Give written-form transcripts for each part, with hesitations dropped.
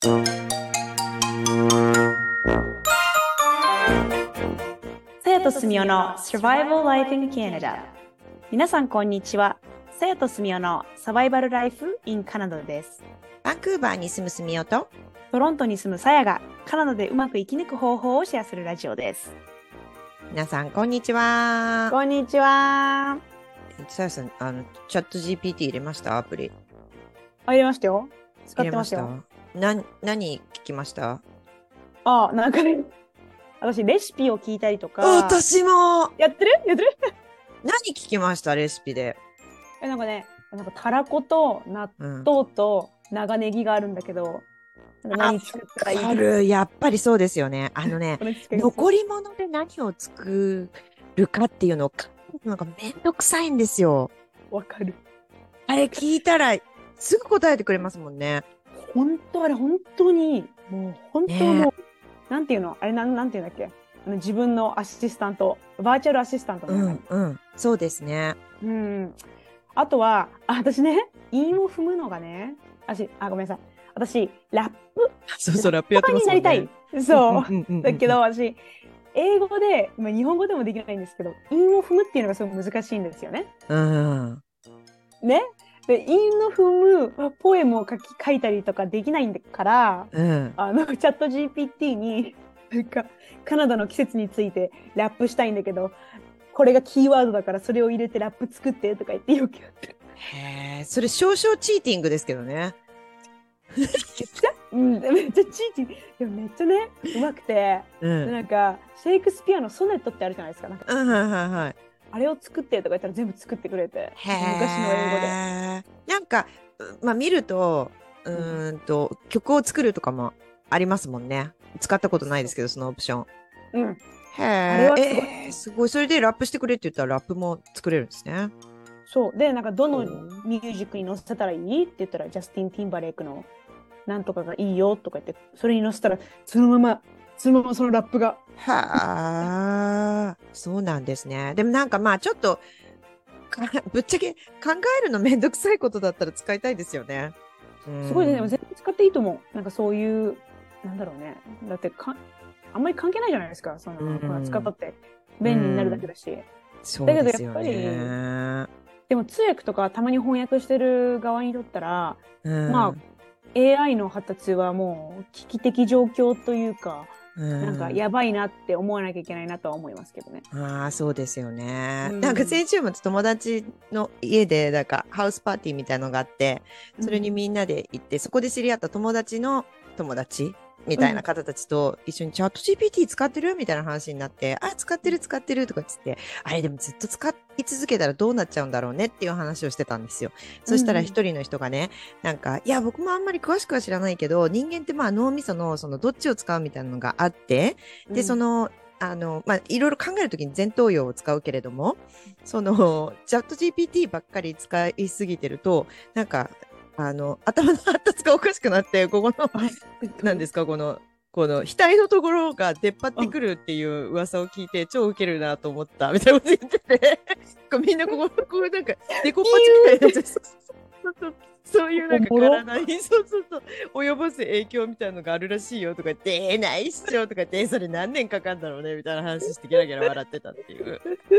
さやとすみおの Survival Life in Canada。 皆さんこんにちは。さやとすみおのサバイバルライフ in カナダです。 バンクーバーに住むすみおとトロントに住むさやがカナダでうまく生き抜く方法をシェアするラジオです。 皆さんこんにちは。 こんにちは。 さやさん、チャット GPT 入れました？アプリ入れましたよ。使入れました。 ってましたよ。 何聞きました？ なんかね、私レシピを聞いたりとか。 私もやってる何聞きました？レシピで。 なんかね、たらこと納豆と長ネギがあるんだけど、何作ったらいいか。 やっぱりそうですよね。残り物で何を作るかっていうのをなんかめんどくさいんですよ。 わかる。 あれ聞いたらすぐ答えてくれますもんね。 本当にもう本当の、ね、なんていうのあれなんていうんだっけ、自分のアシスタント、バーチャルアシスタントの、 そうですね。 あとは私ね、韻を踏むのがね、ごめんなさい、私ラップラップやってますもんね。になりたい。そうだけど私英語で、日本語でもできないんですけど、韻を踏むっていうのがすごく難しいんですよね。ね。で、韻の踏むポエムを書いたりとかできないんだから、チャット GPT になんかカナダの季節についてラップしたいんだけど、これがキーワードだからそれを入れてラップ作ってとか言ってよくやってる。 へえ、それ少々チーティングですけどね。 めっちゃチーティング。でもめっちゃね、うまくて、なんかシェイクスピアのソネットってあるじゃないですか。あれを作ってとか言ったら全部作ってくれて、昔の英語で。 なんか、見ると、曲を作るとかもありますもんね。使ったことないですけど、そのオプション。へえ、すごい。それでラップしてくれって言ったらラップも作れるんですね。 そう。で、なんかどのミュージックに載せたらいいって言ったら、ジャスティン・ティンバレークのなんとかがいいよとか言って、それに載せたら、そのままそのラップが。 はあ、そうなんですね。でもなんかちょっと、ぶっちゃけ考えるのめんどくさいことだったら使いたいですよね。 すごいね。でも絶対使っていいと思う。なんかそういう、なんだろうね。だってあんまり関係ないじゃないですか。使ったって便利になるだけだし。 そうですよね。だけどやっぱり、でも通訳とかたまに翻訳してる側にとったら、AI の発達はもう危機的状況というか、なんかやばいなって思わなきゃいけないなとは思いますけどね。 そうですよね。なんか先週末友達の家でなんかハウスパーティーみたいなのがあって、それにみんなで行って、そこで知り合った友達の友達みたいな方たちと一緒にチャット GPT 使ってるみたいな話になって、使ってるとか言って、あれでもずっと使い続けたらどうなっちゃうんだろうねっていう話をしてたんですよ。そしたら一人の人がね、なんか、いや、僕もあんまり詳しくは知らないけど、人間って脳みそのどっちを使うみたいなのがあって、で、いろいろ考えるときに前頭葉を使うけれども、チャット GPT ばっかり使いすぎてると、なんか、頭の発達がおかしくなって、ここの、何ですか、この額のところが出っ張ってくるっていう噂を聞いて、超ウケるなと思った、みたいなこと言ってて、みんななんか、デコパチみたいなやつ。そういうなんか体に及ぼす影響みたいなのがあるらしいよとか言って、ないっしょとか言って、それ何年かかんだろうねみたいな話してギャラギャラ笑ってたっていう。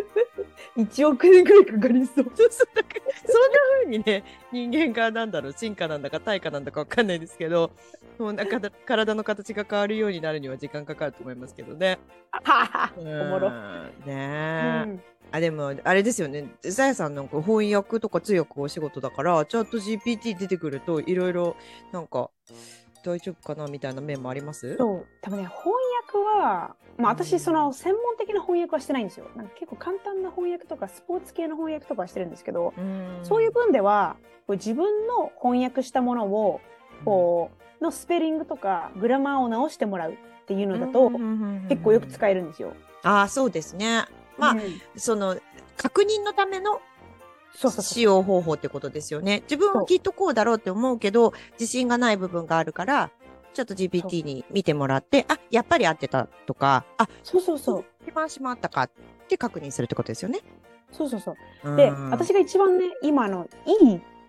1億円くらいかかりそう。 そんな風にね、人間が進化なんだか退化なんだかわかんないですけど、もうなんか体の形が変わるようになるには時間かかると思いますけどね。 おもろ。 ねでもあれですよね、さやさんなんか翻訳とか通訳お仕事だからチャット GPT 出てくるといろいろなんか大丈夫かなみたいな面もあります？ そう多分ね、翻訳は、私専門的な翻訳はしてないんですよ。なんか結構簡単な翻訳とかスポーツ系の翻訳とかはしてるんですけど、そういう分では自分の翻訳したものをのスペリングとかグラマーを直してもらうっていうのだと結構よく使えるんですよ。 そうですね。確認のための使用方法ってことですよね。自分はきっとこうだろうって思うけど、自信がない部分があるから、ちょっと GPT に見てもらって、やっぱり合ってたとか、一番しまったかって確認するってことですよね。 で、私が一番ね、今いい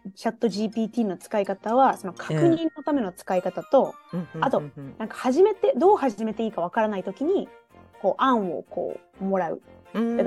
チャット GPT の使い方は、その確認のための使い方と、あと、なんかどう始めていいかわからないときに、こう、案をこう、もらう。だから、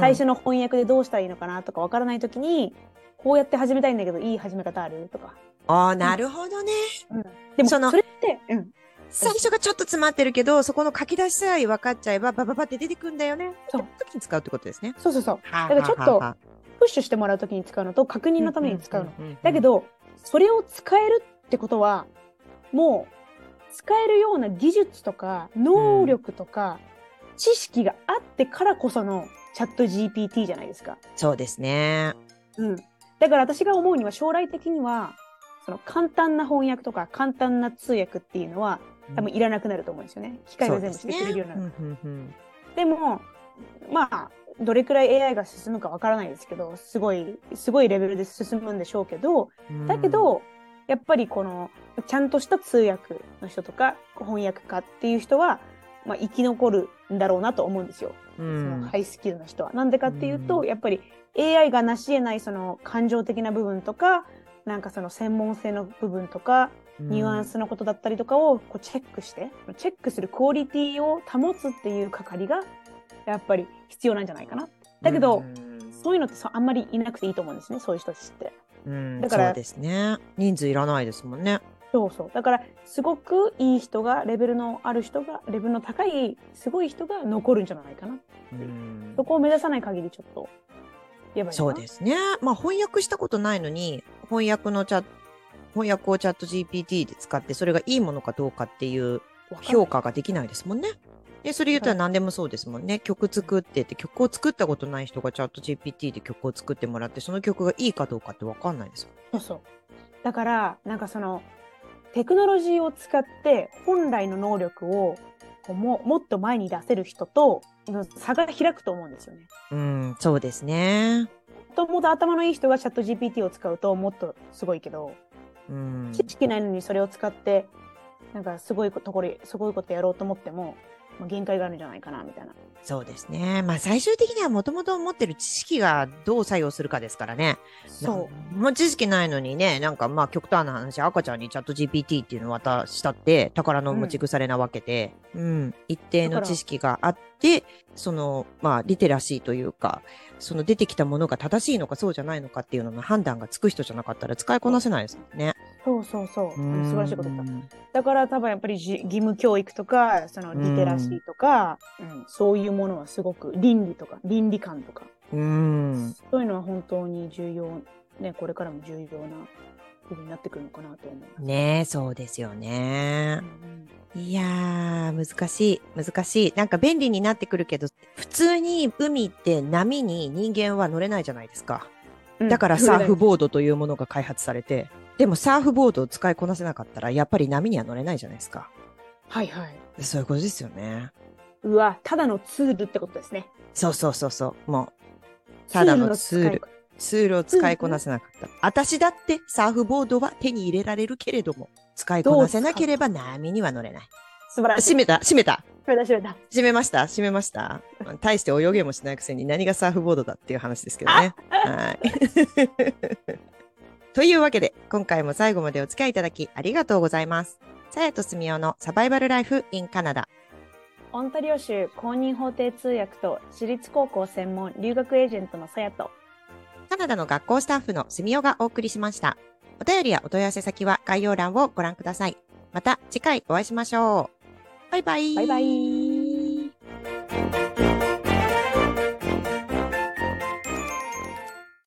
最初の翻訳でどうしたらいいのかなとかわからないときに、こうやって始めたいんだけど、いい始め方あるとか。 ああ、なるほどね。 でも、それって、 最初がちょっと詰まってるけど、そこの書き出しさえ分かっちゃえば、バババって出てくんだよね。そう。時に使うってことですね。 そう。だからちょっと、プッシュしてもらうときに使うのと、確認のために使うの。だけど、それを使えるってことは、もう、使えるような技術とか、能力とか、知識があってからこそのチャット GPT じゃないですか。 そうですね。 だから私が思うには、将来的には、その簡単な翻訳とか、簡単な通訳っていうのは、多分いらなくなると思うんですよね。機械が全部してくれるようになる。でも、まあ、どれくらい AI が進むかわからないですけど、すごいレベルで進むんでしょうけど、だけど、やっぱりこの、ちゃんとした通訳の人とか、翻訳家っていう人は、まあ、生き残るんだろうなと思うんですよ。そのハイスキルの人は。なんでかっていうと、やっぱり AI が成し得ないその感情的な部分とか、なんかその専門性の部分とか、ニュアンスのことだったりとかをこうチェックして、チェックするクオリティを保つっていう係が、やっぱり必要なんじゃないかな。だけど、そういうのってあんまりいなくていいと思うんですね、そういう人たちって。 だからそうですね。人数いらないですもんね。 そう。だから、すごくいい人が、レベルのある人が、レベルの高い、すごい人が残るんじゃないかな。そこを目指さない限りちょっと、やばいな。 そうですね。まあ、翻訳したことないのに、翻訳をチャット GPT で使って、それがいいものかどうかっていう評価ができないですもんね。で、それ言ったら何でもそうですもんね。曲作ってて、曲を作ったことない人がチャット GPT で曲を作ってもらって、その曲がいいかどうかって分かんないですよ。そう。だから、なんかその、テクノロジーを使って本来の能力をもっと前に出せる人と差が開くと思うんですよね。 そうですね。 もともと頭のいい人がチャット GPT を使うともっとすごいけど、知識ないのにそれを使ってなんかすごいことやろうと思っても、限界があるんじゃないかなみたいな。 そうですね。まあ最終的にはもともと持ってる知識がどう作用するかですからね。 そう。 もう知識ないのにね、なんかまあ極端な話、赤ちゃんにチャット GPT っていうのを渡したって宝の持ち腐れなわけで、一定の知識があって、そのまあリテラシーというか、その出てきたものが正しいのかそうじゃないのかっていうのの判断がつく人じゃなかったら使いこなせないですもんね。 そう。素晴らしいことだった。だから多分やっぱり義務教育とか、そのリテラシーとか、そういうものはすごく倫理観とか、そういうのは本当に重要、ね、これからも重要な部分になってくるのかなと思います。 ねえ、そうですよね。いやー、難しい。なんか便利になってくるけど、普通に海って波に人間は乗れないじゃないですか。だからサーフボードというものが開発されて、でもサーフボードを使いこなせなかったら、やっぱり波には乗れないじゃないですか。 はい。 そういうことですよね。 うわ、ただのツールってことですね。 そう。もう、ただのツールを使いこなせなかった。私だってサーフボードは手に入れられるけれども、使いこなせなければ波には乗れない。 素晴らしい。 閉めた。閉めました。大して泳げもしないくせに何がサーフボードだっていう話ですけどね。はい。というわけで、今回も最後までお付き合いいただきありがとうございます。さやとすみおのサバイバルライフ in カナダ。 オンタリオ州公認法廷通訳と私立高校専門留学エージェントのさやと、 カナダの学校スタッフのすみおがお送りしました。お便りやお問い合わせ先は概要欄をご覧ください。また次回お会いしましょう。バイバイ。 バイバイ。